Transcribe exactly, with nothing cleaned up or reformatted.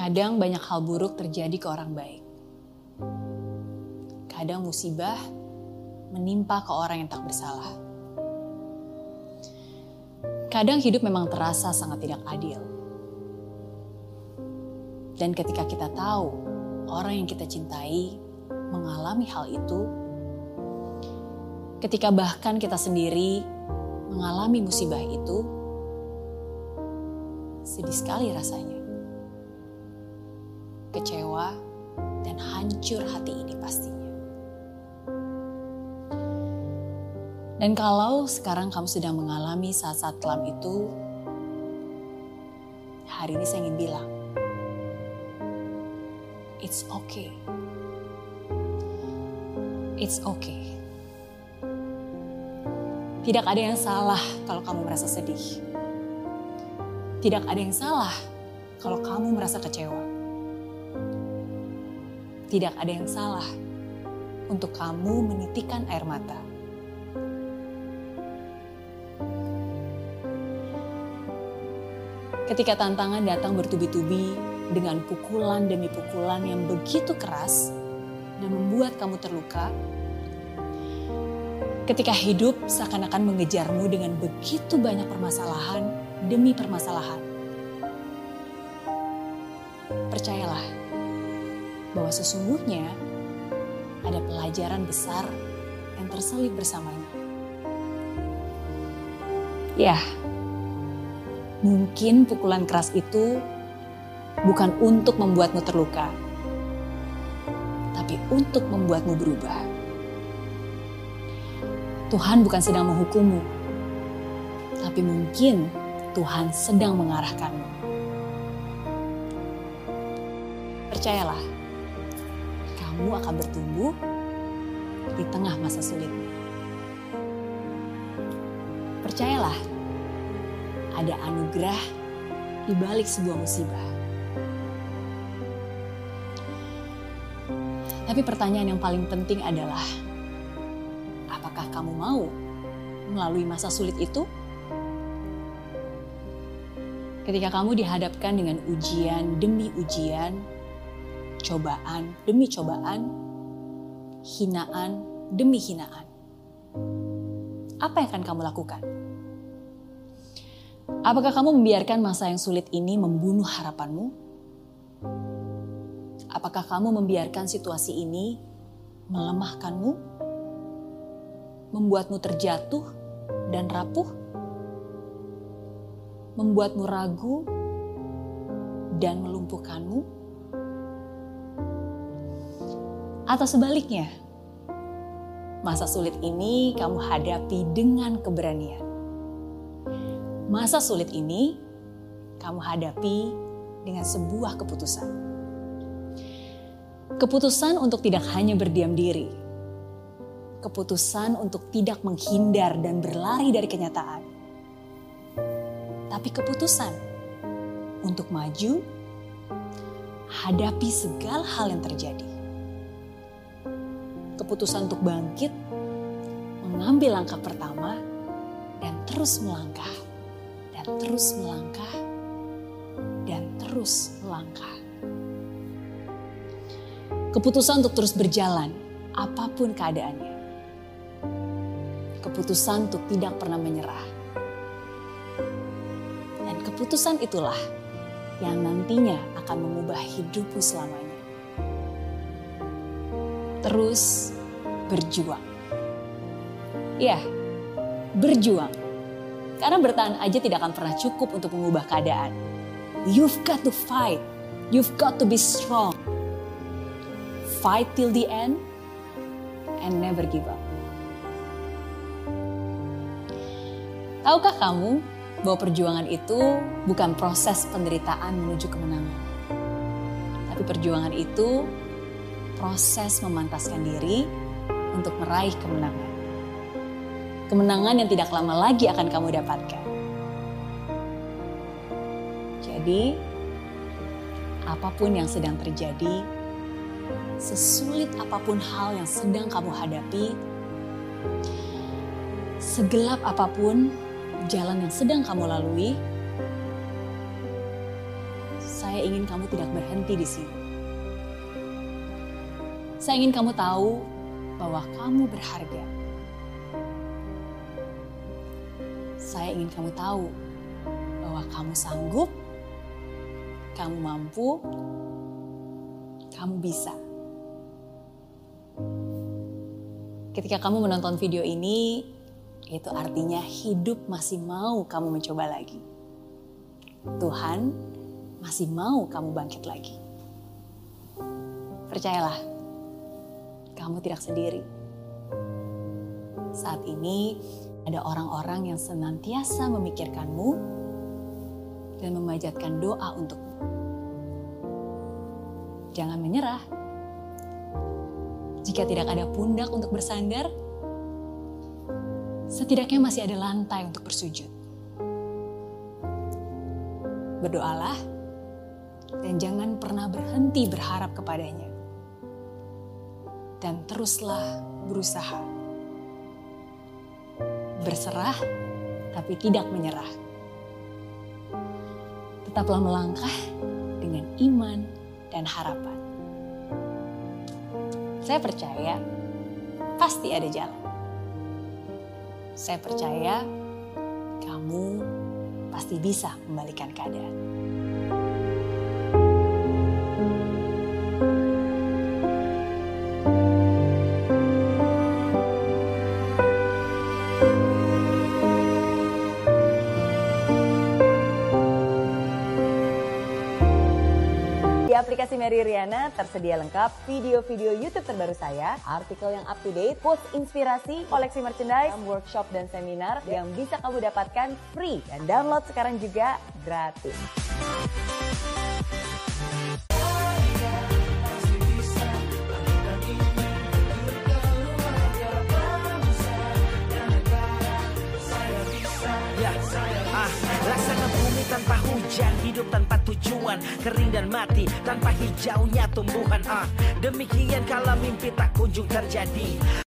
Kadang banyak hal buruk terjadi ke orang baik. Kadang musibah menimpa ke orang yang tak bersalah. Kadang hidup memang terasa sangat tidak adil. Dan ketika kita tahu orang yang kita cintai mengalami hal itu, ketika bahkan kita sendiri mengalami musibah itu, sedih sekali rasanya. Kecewa dan hancur hati ini pastinya. Dan kalau sekarang kamu sedang mengalami saat-saat kelam itu, hari ini saya ingin bilang, it's okay. It's okay. Tidak ada yang salah kalau kamu merasa sedih. Tidak ada yang salah kalau kamu merasa kecewa. Tidak ada yang salah untuk kamu menitikkan air mata. Ketika tantangan datang bertubi-tubi dengan pukulan demi pukulan yang begitu keras dan membuat kamu terluka, ketika hidup seakan-akan mengejarmu dengan begitu banyak permasalahan demi permasalahan, percayalah bahwa sesungguhnya ada pelajaran besar yang terselip bersamanya. Ya, mungkin pukulan keras itu bukan untuk membuatmu terluka, tapi untuk membuatmu berubah. Tuhan bukan sedang menghukummu, tapi mungkin Tuhan sedang mengarahkanmu. Percayalah, kamu akan bertumbuh di tengah masa sulit. Percayalah, ada anugerah di balik sebuah musibah. Tapi pertanyaan yang paling penting adalah, apakah kamu mau melalui masa sulit itu? Ketika kamu dihadapkan dengan ujian demi ujian, cobaan demi cobaan, hinaan demi hinaan, apa yang akan kamu lakukan? Apakah kamu membiarkan masa yang sulit ini membunuh harapanmu? Apakah kamu membiarkan situasi ini melemahkanmu? Membuatmu terjatuh dan rapuh? Membuatmu ragu dan melumpuhkanmu? Atau sebaliknya, masa sulit ini kamu hadapi dengan keberanian. Masa sulit ini kamu hadapi dengan sebuah keputusan. Keputusan untuk tidak hanya berdiam diri. Keputusan untuk tidak menghindar dan berlari dari kenyataan. Tapi keputusan untuk maju, hadapi segala hal yang terjadi. Keputusan untuk bangkit, mengambil langkah pertama, dan terus melangkah. Terus melangkah dan terus melangkah. Keputusan untuk terus berjalan apapun keadaannya. Keputusan untuk tidak pernah menyerah. Dan keputusan itulah yang nantinya akan mengubah hidupmu selamanya. Terus berjuang. Ya, berjuang. Karena bertahan aja tidak akan pernah cukup untuk mengubah keadaan. You've got to fight. You've got to be strong. Fight till the end and never give up. Tahukah kamu bahwa perjuangan itu bukan proses penderitaan menuju kemenangan. Tapi perjuangan itu proses memantaskan diri untuk meraih kemenangan. Kemenangan yang tidak lama lagi akan kamu dapatkan. Jadi, apapun yang sedang terjadi, sesulit apapun hal yang sedang kamu hadapi, segelap apapun jalan yang sedang kamu lalui, saya saya ingin kamu tidak berhenti di sini. Saya ingin kamu tahu bahwa kamu berharga. Saya ingin kamu tahu bahwa kamu sanggup, kamu mampu, kamu bisa. Ketika kamu menonton video ini, itu artinya hidup masih mau kamu mencoba lagi. Tuhan masih mau kamu bangkit lagi. Percayalah, kamu tidak sendiri. Saat ini ada orang-orang yang senantiasa memikirkanmu dan memanjatkan doa untukmu. Jangan menyerah. Jika tidak ada pundak untuk bersandar, setidaknya masih ada lantai untuk bersujud. Berdoalah dan jangan pernah berhenti berharap kepadanya. Dan teruslah berusaha. Berserah tapi tidak menyerah. Tetaplah melangkah dengan iman dan harapan. Saya percaya pasti ada jalan. Saya percaya kamu pasti bisa membalikan keadaan. Di aplikasi Mary Riana tersedia lengkap video-video YouTube terbaru saya, artikel yang up to date, post inspirasi, koleksi merchandise, workshop dan seminar yang bisa kamu dapatkan free dan download sekarang juga gratis. Laksana bumi tanpa hujan, hidup tanpa tujuan, kering dan mati tanpa hijaunya tumbuhan. Ah, demikian kala mimpi tak kunjung terjadi.